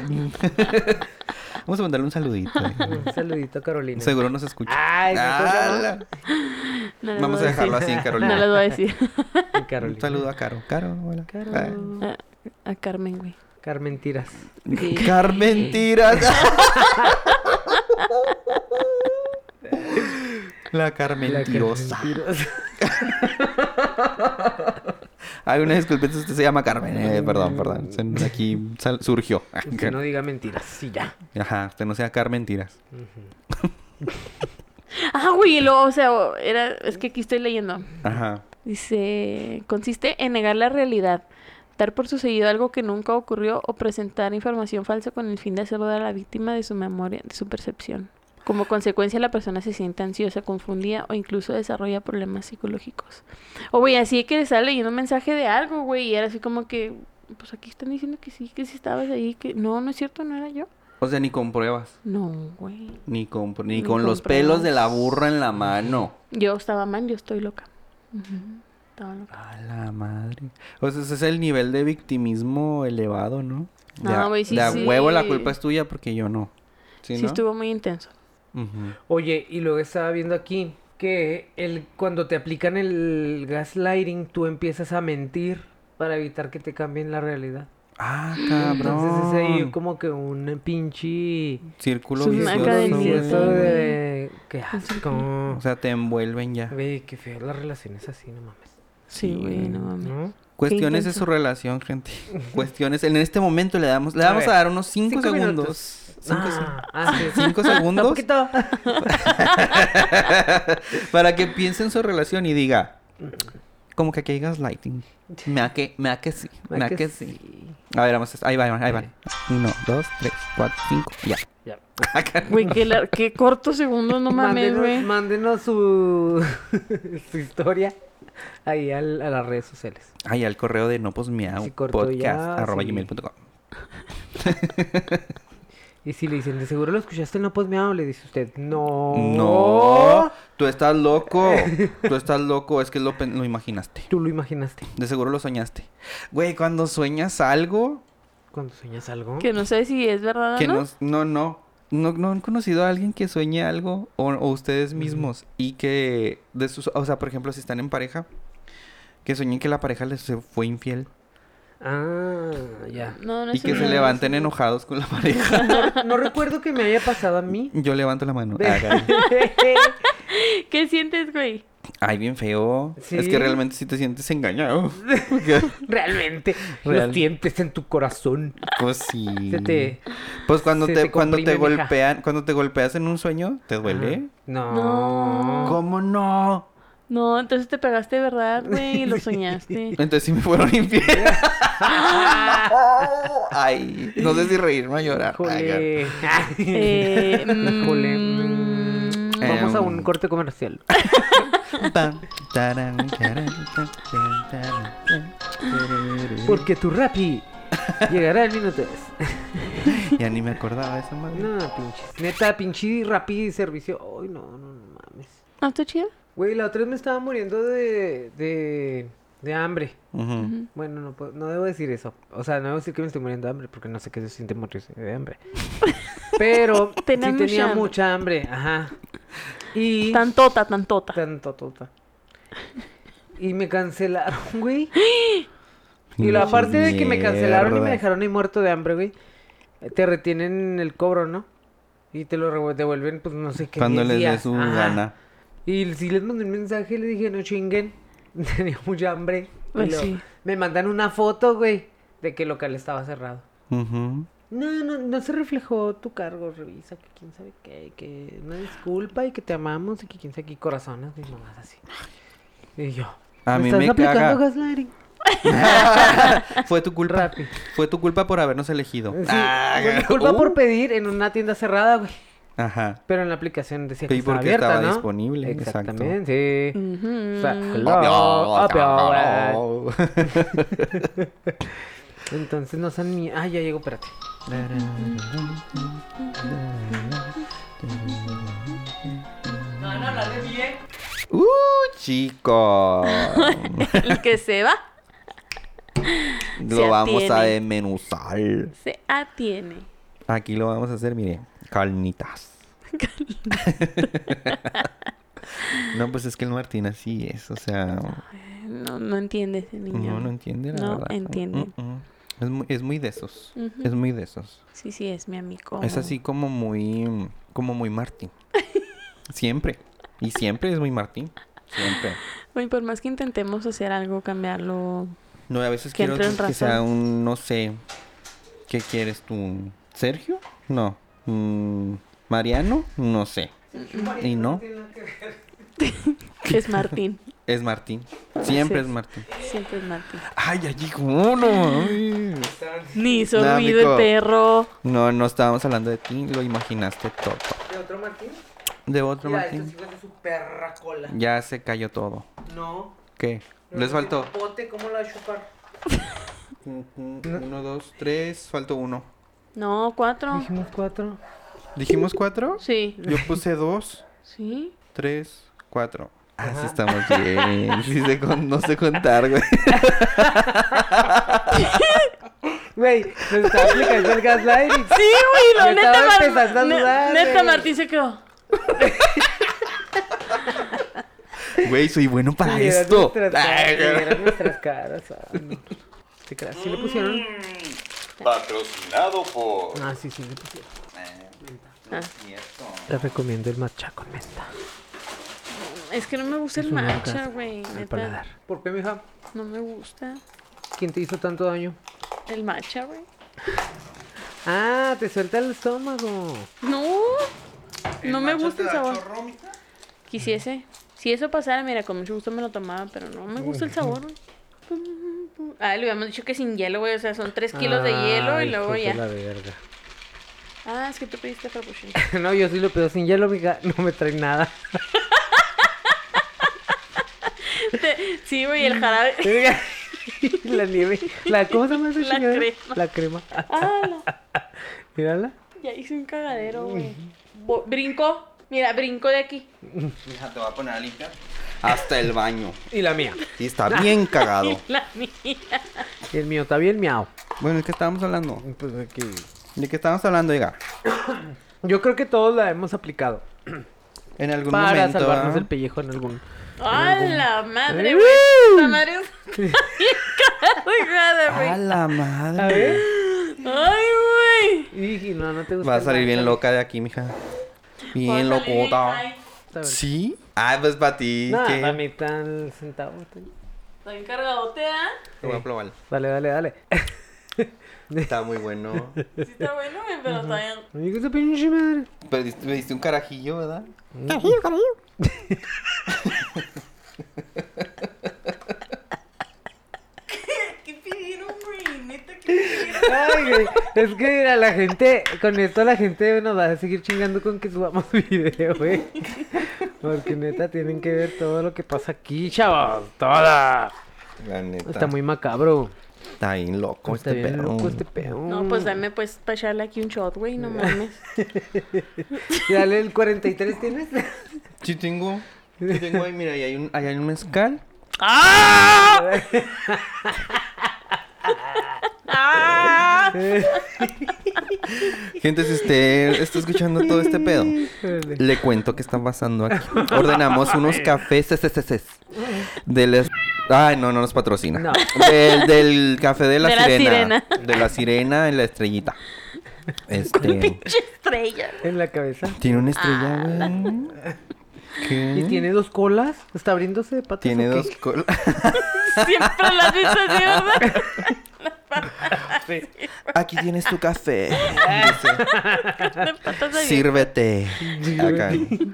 Vamos a mandarle un saludito. eh. Un saludito a Carolina. Seguro nos escucha. Ay, ¿me acuerdo? ¡Ala! No les Vamos a voy dejarlo decir. así en No Carolina. les voy a decir. Y Carolina. Un saludo a Caro. Caro, hola. Caro. Ah. A, a Carmen, güey. Carmen Tiras. Sí. Carmentiras. La Carmentirosa. La Carmentirosa. Ay, una disculpa, usted se llama Carmen. Eh, perdón, perdón. Se- Aquí sal- surgió. Que no diga mentiras. Sí, ya. Ajá, usted no sea Carmentiras. Ah, güey, y luego, o sea, o- era, es que aquí estoy leyendo. Ajá. Dice, consiste en negar la realidad, dar por sucedido algo que nunca ocurrió o presentar información falsa con el fin de hacer dudar a la víctima de su memoria, de su percepción. Como consecuencia, la persona se siente ansiosa, confundida o incluso desarrolla problemas psicológicos. O, güey, así que le estaba leyendo un mensaje de algo, güey, y era así como que, pues aquí están diciendo que sí, que sí estabas ahí, que no, no es cierto, no era yo. O sea, ni con pruebas. No, güey. Ni con, ni Ni con con los pelos de la pruebas. burra en la mano. Yo estaba mal, yo estoy loca. Ujú, estaba loca. A la madre. O sea, ese es el nivel de victimismo elevado, ¿no? De, Ah, a- güey, sí, de a sí. huevo la culpa es tuya porque yo no. Sí, Sí, ¿no? estuvo muy intenso. Ujú. Oye, y luego estaba viendo aquí que el, cuando te aplican el gaslighting, tú empiezas a mentir para evitar que te cambien la realidad. Ah, Entonces es ahí cabrón. como que un pinche Círculo Es una vicioso. cadenita, güey. vicioso güey. de... Qué asco. O sea, te envuelven ya. Güey, qué feas las relaciones así, no mames. Sí, Sí, güey, güey. no mames. ¿No? Cuestiones de intenso. su relación, gente. Cuestiones. En este momento le damos, le A vamos a, ver, dar unos cinco, cinco segundos. minutos. Cinco, Ah, ah, sí. cinco Un segundos poquito. para que piense en su relación y diga, como que aquí hay gaslighting. Me da que, me da que sí, me da que sí. A ver, vamos, a- ahí va, ahí va, ahí va. Uno, dos, tres, cuatro, cinco, ya. Ya. Güey, qué, lar- qué corto segundo, no mames, Mándenos, güey. mándenos su, su historia ahí al- a las redes sociales. Ay, al correo de no pues miau, Si cortó podcast ya, arroba sí. gmail punto com. Y si le dicen, de seguro lo escuchaste en No Pues Miau, le dice usted, no. No, tú estás loco. Tú estás loco, es que lo, pen- lo imaginaste. Tú lo imaginaste. De seguro lo soñaste. Güey, cuando sueñas algo Cuando sueñas algo. Que no sé si es verdad o que no. no, no, no, no, no han conocido a alguien que sueñe algo o, o ustedes mismos y que de sus, o sea, por ejemplo, si están en pareja, que sueñen que la pareja les se fue infiel Ah, ya. No, no y es que un- se levanten enojados con la pareja. No, no recuerdo que me haya pasado a mí. Yo levanto la mano. Ah, caray. ¿Qué sientes, güey? Ay, bien feo. ¿Sí? Es que realmente sí te sientes engañado. Realmente. Real. Lo sientes en tu corazón. Pues sí. Se te... Pues cuando se te, te cuando te comprime, mija. golpean, cuando te golpeas en un sueño, ¿te duele? Ajá. No. No. ¿Cómo no? No, entonces te pegaste de verdad, güey, y lo soñaste. Entonces sí me fueron infiel. Ay, no sé si reírme o llorar. Ay, Híjole. Eh, Híjole. mm, Mm. Vamos a un Em. corte comercial. Pam, taran, taran, tan, tan, taran, tan. Porque tu Rappi llegará en minutos. Ya ni me acordaba de esa madre. No, pinches. Neta, pinche Rappi servicio. Ay, no, no, no mames. ¿Ah, está chido? Güey, la otra vez me estaba muriendo de, de, de hambre. Ujú. Bueno, no, puedo- no debo decir eso. O sea, no debo decir que me estoy muriendo de hambre porque no sé qué se siente morirse de hambre. Pero sí Tenía mucha tenía hambre. mucha hambre. Ajá. Y... Tantota, tantota. Tanto, tota. Y me cancelaron, güey. Y la parte de que me cancelaron y me Mierda. dejaron ahí muerto de hambre, güey. eh, Te retienen el cobro, ¿no? Y te lo revu- devuelven, pues no sé qué. Cuando diez les dé días. su Ajá. gana. Y si les mandé un mensaje, le dije, no chinguen. Tenía mucha hambre. Y Pues luego sí. me mandan una foto, güey, de que el local estaba cerrado. Ujú. No, no, no se reflejó tu cargo, revisa que quién sabe qué, y que una disculpa y que te amamos y que quién sabe qué corazones y mamás así. Y yo, A mí estás me aplicando caga. gaslighting? Fue tu culpa. Rappi. Fue tu culpa por habernos elegido. Sí, Ah, fue mi culpa uh. por pedir en una tienda cerrada, güey. Ajá. Pero en la aplicación decía que Y estaba porque abierta, estaba ¿no? disponible, exacto. Exactamente, sí. Ujú. O sea, hello, obvio, güey. Entonces no son ni... Ah, ya llegó, espérate. Uh, chico. El que se va, Lo Se vamos a atiene. desmenuzar. se atiene. Aquí lo vamos a hacer, mire, carnitas. No, pues es que el Martín así es, o sea, No, no entiende ese niño. no, no entiende la No verdad. entiende. Mm, mm, mm. Es muy, es muy de esos, Ujú. es muy de esos. Sí, sí, es mi amigo. Es así como muy, como muy Martín. Siempre. Y siempre es muy Martín. Siempre. Oye, por más que intentemos hacer algo, cambiarlo. No, a veces Que quiero entre en que razón. sea un, no sé, ¿qué quieres tú? ¿Sergio? No. Mm, ¿Mariano? No sé. ¿Y no? Es Martín. Es Martín. Siempre Sí. es Martín. Siempre es Martín. Ay, ya llegó uno. Ay. Ni hizo Nah, ruido mico. el perro. No, no estábamos hablando de ti, lo imaginaste todo. ¿De otro Martín? De otro Mira, Martín. estos hijos de su perra cola. Ya se cayó todo. No. ¿Qué? no, Les no faltó. tiene Pote, ¿cómo la va a chupar? Uno, dos, tres. Faltó uno. No, cuatro. Dijimos cuatro. ¿Dijimos cuatro? Sí. Yo puse dos, Sí. tres, cuatro. Ah, sí Ajá. estamos bien. Sí sé con- no sé contar, güey. Güey, nos está aplicando el gaslighting. Sí, güey, lo Me neta, estaba Mar- empezando a ne- dudar, neta güey. Martín se quedó. Güey, soy bueno para Sí, eran esto. nuestras caras, Ay, sí, eran nuestras caras. Ay, no. ¿Te creas? ¿Sí le pusieron? Patrocinado por. Ah, sí, sí le pusieron. Ah. Les recomiendo el matcha con menta. Es que no me gusta Es el un matcha, orgasmo güey. al Neta, paladar. ¿Por qué, mija? no me gusta ¿Quién te hizo tanto daño? el matcha, güey. Ah, te suelta el estómago. No, no me gusta el sabor. Quisiese. Si eso pasara, mira, con mucho gusto me lo tomaba, pero no me gusta el sabor, güey. Ah, le habíamos dicho que sin hielo, güey. O sea, son tres kilos de hielo y Ay, luego hijos ya. de la verga. Ah, es que tú pediste frappuccino. No, yo sí lo pido sin hielo, mija. No me trae nada. Te- Sí, güey, el jarabe. La nieve. La, ¿Cómo se llama esa La chingadera? crema. La crema. Ah, no. Mírala. Ya hice un cagadero, güey. Bo- Brinco. Mira, brinco de aquí. Mija, te voy a poner a limpiar. Hasta el baño. Y la mía. Y está bien cagado. La mía. Y el mío está bien miau. Bueno, ¿de qué estábamos hablando? Pues aquí. ¿De qué estábamos hablando, diga? Yo creo que todos la hemos aplicado. En algún Para momento. salvarnos ¿ah? del pellejo en algún. ¡A la madre, ¡Eh! güey! La madre es bien cargada, A güey. la A madre. ver. ¡Ay, güey! Y no, no te gusta. Va a el salir bien matcha. loca de aquí, mija. Bien Voy a salir locota. bien high. A ver. ¿Sí? Ah, pues para ti. No, ¿qué? para mí tan centavo. Está encargadote, ¿ah? Te voy a probar. Dale, dale, dale. Está muy bueno. Sí está bueno, güey, pero está bien. Amigo, esa pinche madre. Pero diste- me diste un carajillo, ¿verdad? ¿Qué pidieron, güey? Neta, ¿qué pidieron? Ay, güey. Es que mira, la gente, con esto la gente nos va a seguir chingando con que subamos video, güey. Porque neta tienen que ver todo lo que pasa aquí, chavos. Toda. La neta. Está muy macabro. Está bien loco Está este bien pedo. loco este pedo. No, pues dame, pues, para echarle aquí un shot, güey, no mames. Dale, el cuarenta y tres tienes. Sí tengo. Sí tengo ahí, mira, ahí hay un, ahí hay un mezcal. ¡Ah! ¡Ah! Gente, si usted está escuchando todo este pedo, le cuento qué está pasando aquí. Ordenamos unos cafés es, es, es, es, de las... Ay, no, no nos patrocina. No. Del, del café de la De la sirena. sirena. De la sirena en la estrellita. Este... Pinche estrella. En la cabeza. Tiene una estrella, güey. ¿Qué? ¿Y tiene dos colas? ¿Está abriéndose de patas? Tiene o qué? dos colas. Siempre las visto así, ¿verdad? Aquí tienes tu café. Dice, De patas de sírvete. Acá.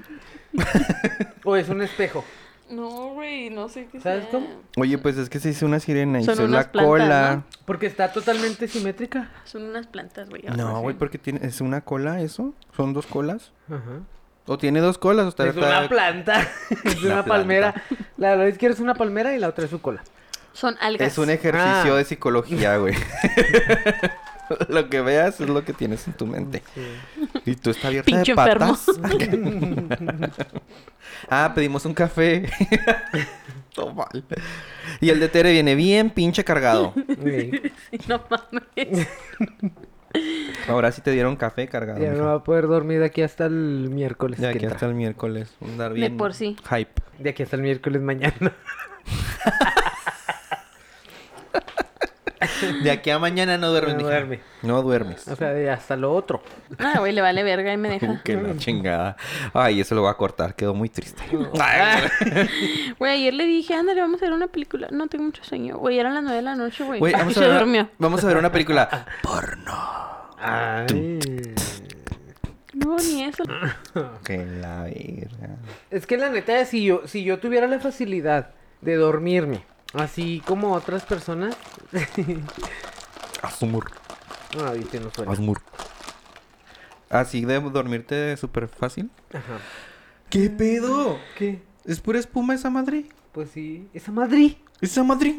¿O es un espejo? No, güey, no sé qué ¿Sabes sea. cómo? Oye, pues es que se hizo una sirena. Son Hizo unas la plantas, cola. Porque está totalmente simétrica. Son unas plantas, güey. algo No, así. güey, porque tiene... ¿Es una cola eso? ¿Son dos colas? Ajá. ¿O tiene dos colas? O está, Es una está- planta. Es Una una palmera. La de la izquierda es una palmera y la otra es su cola. Son algas. Es un ejercicio Ah. de psicología, güey. Lo que veas es lo que tienes en tu mente. Y tú estás abierta Pinche de enfermo. patas. Ah, pedimos un café. Todo mal. Y el de Tere viene bien pinche cargado. Sí. No mames. Ahora sí te dieron café cargado. Ya no mija. va a poder dormir de aquí hasta el miércoles. De que aquí entra. hasta el miércoles. Andar De bien por sí. hype. De aquí hasta el miércoles mañana. De aquí a mañana no duermes, No mija. duerme. No duermes. O sea, de hasta lo otro. Ah, güey, le vale verga y me deja. Que la chingada. Ay, eso lo voy a cortar. Quedó muy triste. Güey, ayer le dije, ándale, vamos a ver una película. No tengo mucho sueño. Güey, eran las nueve de la noche, güey. Güey, Y vamos, a se ver- durmió. vamos a ver una película porno. Ay. No, ni eso. Que la verga. Es que la neta, si yo, si yo tuviera la facilidad de dormirme, así como otras personas. Asumur. No, viste, no suena. Asumur. Así de dormirte súper fácil. Ajá. ¿Qué pedo? ¿Qué? ¿Es pura espuma esa madre? Pues sí. Esa Madrid. ¿Esa madre?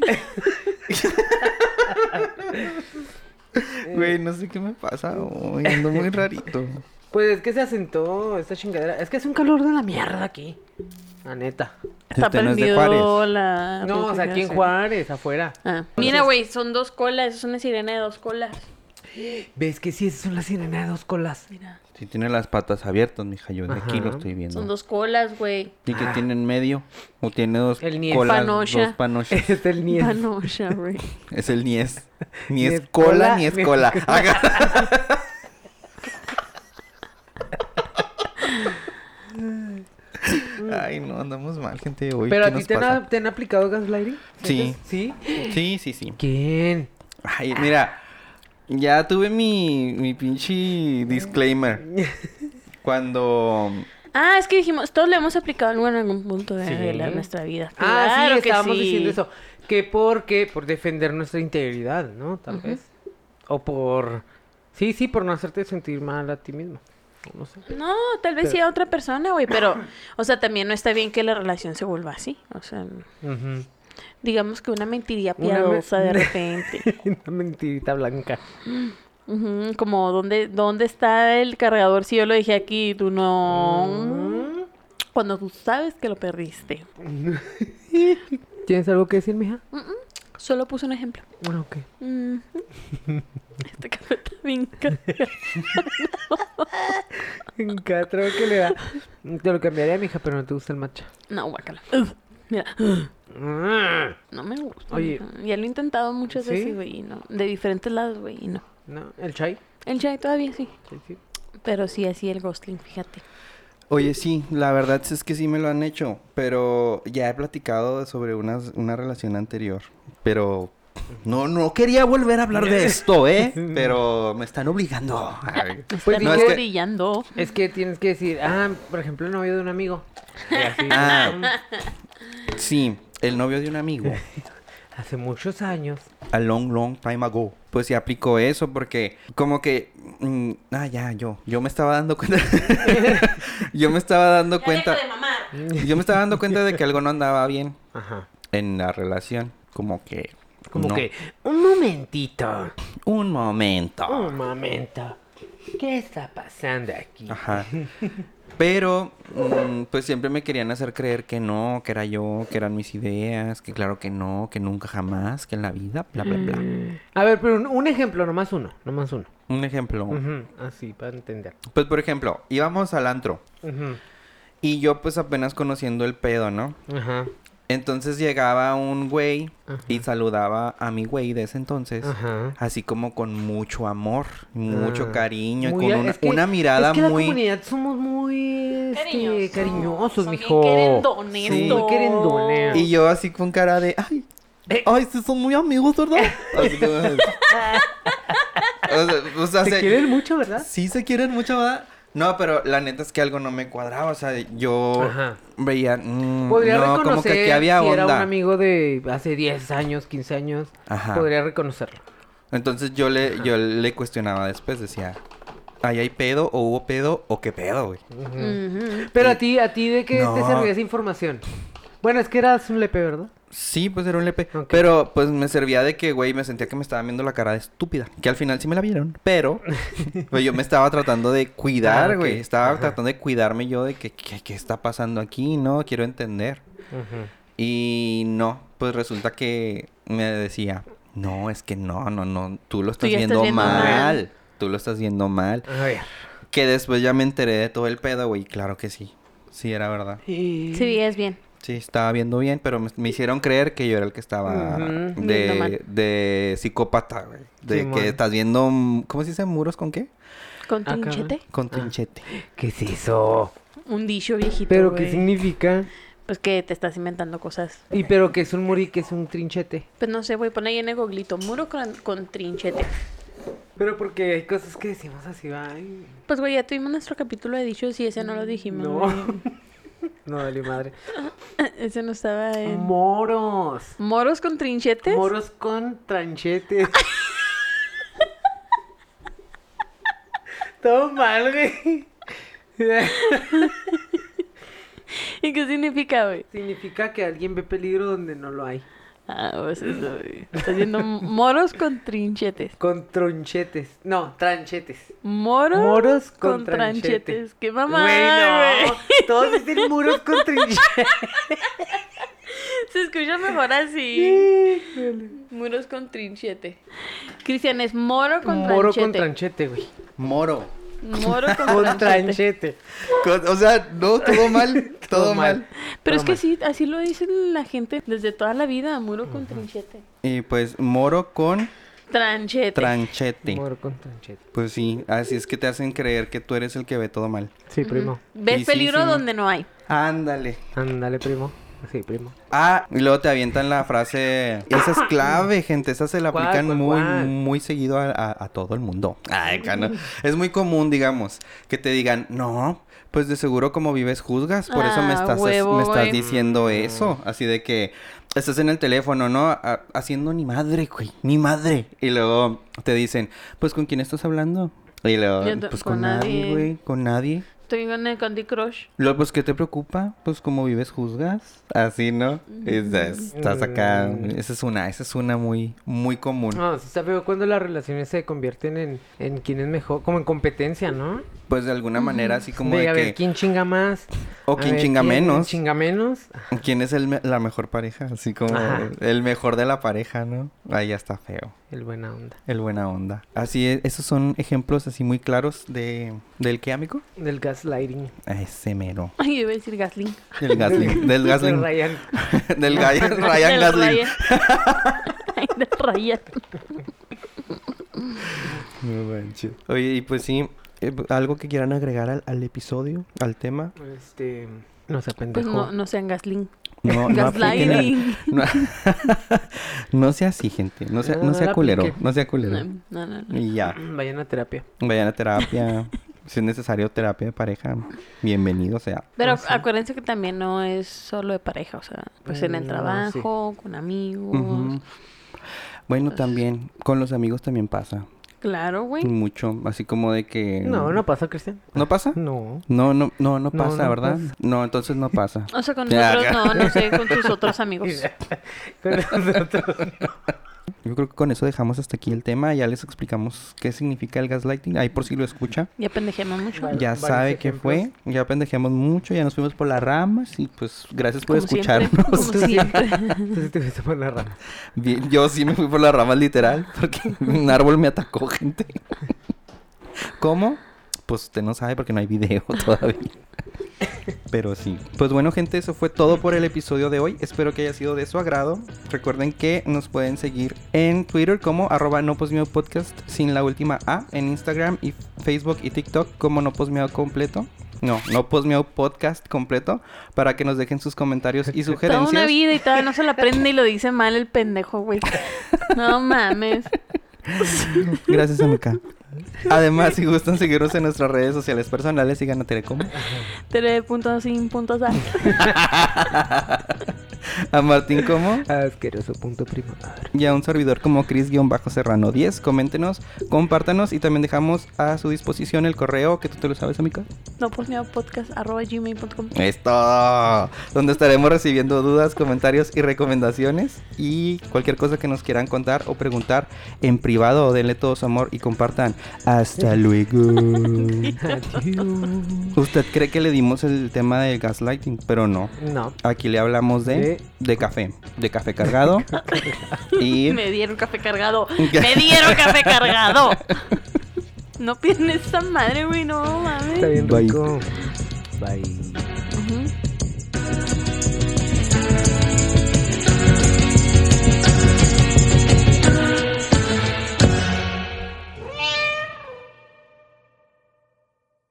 Güey, no sé qué me pasa hoy. Ando muy rarito. Pues es que se asentó esta chingadera. Es que hace un calor de la mierda aquí. La neta. Está Este no es de prendido Juárez. la... No, o sea, aquí en refrigeración. Juárez, afuera. Ah. Mira, güey, son dos colas. Es una sirena de dos colas. ¿Ves que sí, es una sirena de dos colas? Mira. Sí, tiene las patas abiertas, mija. Yo de aquí Ajá. lo estoy viendo. Son dos colas, güey. ¿Y que tiene en medio? ¿O tiene dos El niés. colas? Panocha. Dos panochas. Es el niés. Panocha, güey. Es el niés. Ni Ni es es cola, cola, ni es ni es cola. Ay, no, andamos mal, gente. Hoy, Pero ¿qué a ti nos te han, pasa? te han aplicado gaslighting? Sí. ¿Sí? Sí, sí, sí. ¿Quién? Ay, mira, ya tuve mi, mi pinche disclaimer. Cuando... Ah, es que dijimos, todos le hemos aplicado algo en algún punto de, Sí. de la- nuestra vida. Ah, Claro sí, que estábamos sí. diciendo eso. Que porque, por defender nuestra integridad, ¿no? Tal Ujú. vez. O por... Sí, sí, por no hacerte sentir mal a ti mismo. No sé. No, tal vez Pero- sí a otra persona, güey, pero, o sea, también no está bien que la relación se vuelva así. O sea, Ujú. digamos que una mentiría Una me- piadosa de repente. Una mentirita blanca. Ujú, como, ¿dónde, ¿dónde está el cargador si yo lo dejé aquí y tú no? Mm. Cuando tú sabes que lo perdiste. ¿Tienes algo que decir, mija? Solo puse un ejemplo. Bueno, ok. Ujú. Este café está bien cargado. En cada trago que le da. Te lo cambiaría, mija, pero no te gusta el matcha. No, guácala. Ugh, mira, Ah, no me gusta. Oye. mija. Ya lo he intentado muchas ¿Sí? veces, güey, y no. De diferentes lados, güey, y no. No, el chai. El chai todavía sí. Sí, sí. Pero sí, así el ghosting, fíjate. Oye, sí, la verdad es que sí me lo han hecho, pero ya he platicado sobre una, una relación anterior, pero no, no quería volver a hablar de esto, ¿eh? Pero me están obligando. Ay. Pues no, Están es que- brillando. Es que tienes que decir, ah, por ejemplo, el novio de un amigo. Y así, Ah. Sí, el novio de un amigo, hace muchos años. a long, long time ago, pues sí aplicó eso porque como que, mm, ah, ya, yo, yo me estaba dando cuenta, yo me estaba dando cuenta, yo me estaba dando cuenta de que algo no andaba bien Ajá. en la relación, como que, Como no. que, un momentito. Un momento. Un momento. ¿Qué está pasando aquí? Ajá. Pero, mm, pues siempre me querían hacer creer que no, que era yo, que eran mis ideas, que claro que no, que nunca jamás, que en la vida, bla, bla, bla. A ver, pero un, un ejemplo, nomás uno, nomás uno. Un ejemplo. Ujú, así, para entender. Pues, por ejemplo, íbamos al antro Ujú, y yo pues apenas conociendo el pedo, ¿no? Ajá, Entonces llegaba un güey Ajá. y saludaba a mi güey de ese entonces, ajá. así como con mucho amor, mucho Ah, cariño, y muy con a- una, es que- una mirada es que la muy... comunidad somos muy este, Cariñosos. cariñosos, Son bien mijo. querendones Sí. Muy querendones. Y yo así con cara de, ay, Eh. ay, sí son muy amigos, ¿verdad? Así como... o sea, o sea, Se se- quieren mucho, ¿verdad? Sí se quieren mucho, ¿verdad? No, pero la neta es que algo no me cuadraba, o sea, yo Ajá. veía, mm, Podría no, como reconocer que aquí había si era un onda. amigo de hace diez años, quince años. Ajá. Podría reconocerlo. Entonces yo le, yo le cuestionaba después, decía, ¿ahí hay pedo o hubo pedo o qué pedo, güey? Ujú. Ujú. Pero Y- a ti, ¿a ti de qué No. te servía esa información? Bueno, es que eras un lepe, ¿verdad? Sí, pues era un lepe. Ok. Pero pues me servía de que, güey, me sentía que me estaban viendo la cara de estúpida. Que al final sí me la vieron. Pero pues, yo me estaba tratando de cuidar, Ah, ok. güey. Estaba Ajá. tratando de cuidarme yo de que, ¿qué, qué está pasando aquí? No, quiero entender. Ujú. Y no, pues resulta que me decía, no, es que no, no, no, tú lo Tú estás ya viendo, estás viendo mal. mal. Tú lo estás viendo mal. A ver. Que después ya me enteré de todo el pedo, güey. Claro que sí. Sí, era verdad. Sí, es bien. Sí, estaba viendo bien, pero me, me hicieron creer que yo era el que estaba Ujú. Viendo de, mal. de psicópata, güey. De Simón. que estás viendo, mm, ¿cómo se dice? ¿Muros con qué? Con Ah, cabrón. trinchete. Con Ah. trinchete. ¿Qué es eso? Un dicho viejito. ¿Pero qué güey. significa? Pues que te estás inventando cosas. ¿Y pero qué es un muri, qué es un trinchete? Pues no sé, voy a poner ahí en el goglito. Muro con, con trinchete. Pero porque hay cosas que decimos así, va. ay, Pues güey, ya tuvimos nuestro capítulo de dichos y ese no lo dijimos. No. güey. No, dale madre. Ese no estaba en... Moros. ¿Moros con trinchetes? Moros con tranchetes. Todo mal, güey. ¿Y qué significa, güey? Significa que alguien ve peligro donde no lo hay. Ah, pues eso, güey. Estás viendo moros con trinchetes. Con tronchetes. No, tranchetes. Moros, Moros con, con tranchete. tranchetes. ¡Qué mamá, Güey, no. güey! Todos dicen muros con tranchetes. Se escucha mejor así. Muros con trinchete. Cristian, es moro con Moro con tranchete. tranchete, güey. Moro. Moro con, Con tranchete. tranchete. Con- o sea, no, todo mal. todo Todo mal. mal. Pero Todo es que mal. sí, así lo dice la gente desde toda la vida. Muro con trinchete. Y pues, moro con Tranchete. tranchete. Moro con tranchete. Pues sí, así es que te hacen creer que tú eres el que ve todo mal. Sí, primo. Ves Y sí, peligro sí. donde no hay. Ándale. Ándale, primo. Sí, primo. Ah, y luego te avientan la frase. Esa es clave, gente. Esa se la ¿Cuál, aplican cuál, muy, cuál? muy seguido a, a- a todo el mundo. Ay, cano. Es muy común, digamos, que te digan, no, pues de seguro como vives juzgas, por eso me Ah, estás, huevo, me estás güey. diciendo eso. Así de que estás en el teléfono, ¿no? A- haciendo ni madre, güey, ni madre. Y luego te dicen, pues ¿con quién estás hablando? Y luego, Yo to- pues con con nadie, nadie. güey, con nadie. Estoy en el Candy Crush. Luego, pues, ¿qué te preocupa? Pues, como vives, juzgas. Así, ¿no? Estás, estás acá. Mm. Esa es una, esa es una muy, muy común. No, sí está feo cuando las relaciones se convierten en, en quién es mejor, como en competencia, ¿no? Pues, de alguna manera, así como de de a ver que... quién chinga más. O a quién ver chinga menos. chinga menos. ¿Quién es el me- la mejor pareja? Así como Ajá. el mejor de la pareja, ¿no? Ahí ya está feo. El buena onda. El buena onda. Así es, esos son ejemplos así muy claros de... ¿Del qué, amigo? Del gaslighting. Ese mero. Ay, yo iba a decir Gasling. Del Gasling. Del De Gasling. Ryan. Del Ryan, Ryan Del Gasling. Ryan. Ay, de Ryan. No manches. Oye, y pues sí, Eh, ¿Algo que quieran agregar al, al episodio, al tema? Este... No sé, Pues pendejo. no, no sean gasling. No, no apliquen Gaslighting. al- no, no sea así, gente. No sea, No, no no sea la culero. apliquen. No sea culero. No, no, no. no. Y ya. Vayan a terapia. Vayan a terapia. Si es necesario terapia de pareja, bienvenido sea. Pero Ah, sí. acuérdense que también no es solo de pareja, o sea, pues en el Mm, trabajo, con amigos. Ujú. Bueno, también con los amigos también pasa. Claro, güey. Mucho. Así como de que... No, no pasa, Cristian. ¿No pasa? No. No, no, no, no No, pasa, no ¿verdad? pasa. No, entonces no pasa. O sea, con Ya. nosotros no, no sé, con tus otros amigos. Con nosotros. Yo creo que con eso dejamos hasta aquí el tema. Ya les explicamos qué significa el gaslighting. Ahí por si lo escucha. Ya pendejemos mucho. Vale. Ya varios sabe qué ejemplos. fue. Ya pendejeamos mucho. Ya nos fuimos por las ramas. Y pues gracias por Como siempre, escucharnos. como siempre. Tú sí te fuiste por la rama. Bien, yo sí me fui por las ramas literal. Porque un árbol me atacó, gente. ¿Cómo? Pues usted no sabe porque no hay video todavía. Pero sí. Pues bueno, gente, eso fue todo por el episodio de hoy. Espero que haya sido de su agrado. Recuerden que nos pueden seguir en Twitter como arroba no posmeado podcast sin la última A. En Instagram y Facebook y TikTok como no posmeado completo. No, no posmeado podcast completo. Para que nos dejen sus comentarios y Toda sugerencias. una vida y todavía no se la aprende y lo dice mal el pendejo, güey. No mames. Gracias, Amica. Además, si gustan seguirnos en nuestras redes sociales personales, sigan a Telecom. Tere punto sin puntos A. A Martín como Asqueroso punto primar. y a un servidor como Cris-Serrano diez. Coméntenos, compártanos y también dejamos a su disposición el correo que tú te lo sabes, Amica. No pues mi podcast arroba gmail punto com. Es todo. Donde estaremos recibiendo dudas, comentarios y recomendaciones. Y cualquier cosa que nos quieran contar o preguntar en privado, denle todo su amor y compartan. Hasta luego. Adiós. Usted cree que le dimos el tema del gaslighting, pero no. No. Aquí le hablamos de, De- de café. De café cargado. y Me dieron café cargado. Me dieron café cargado. No pierden esa madre, güey. No mames. Está bien Bye. rico. Bye. Ujú.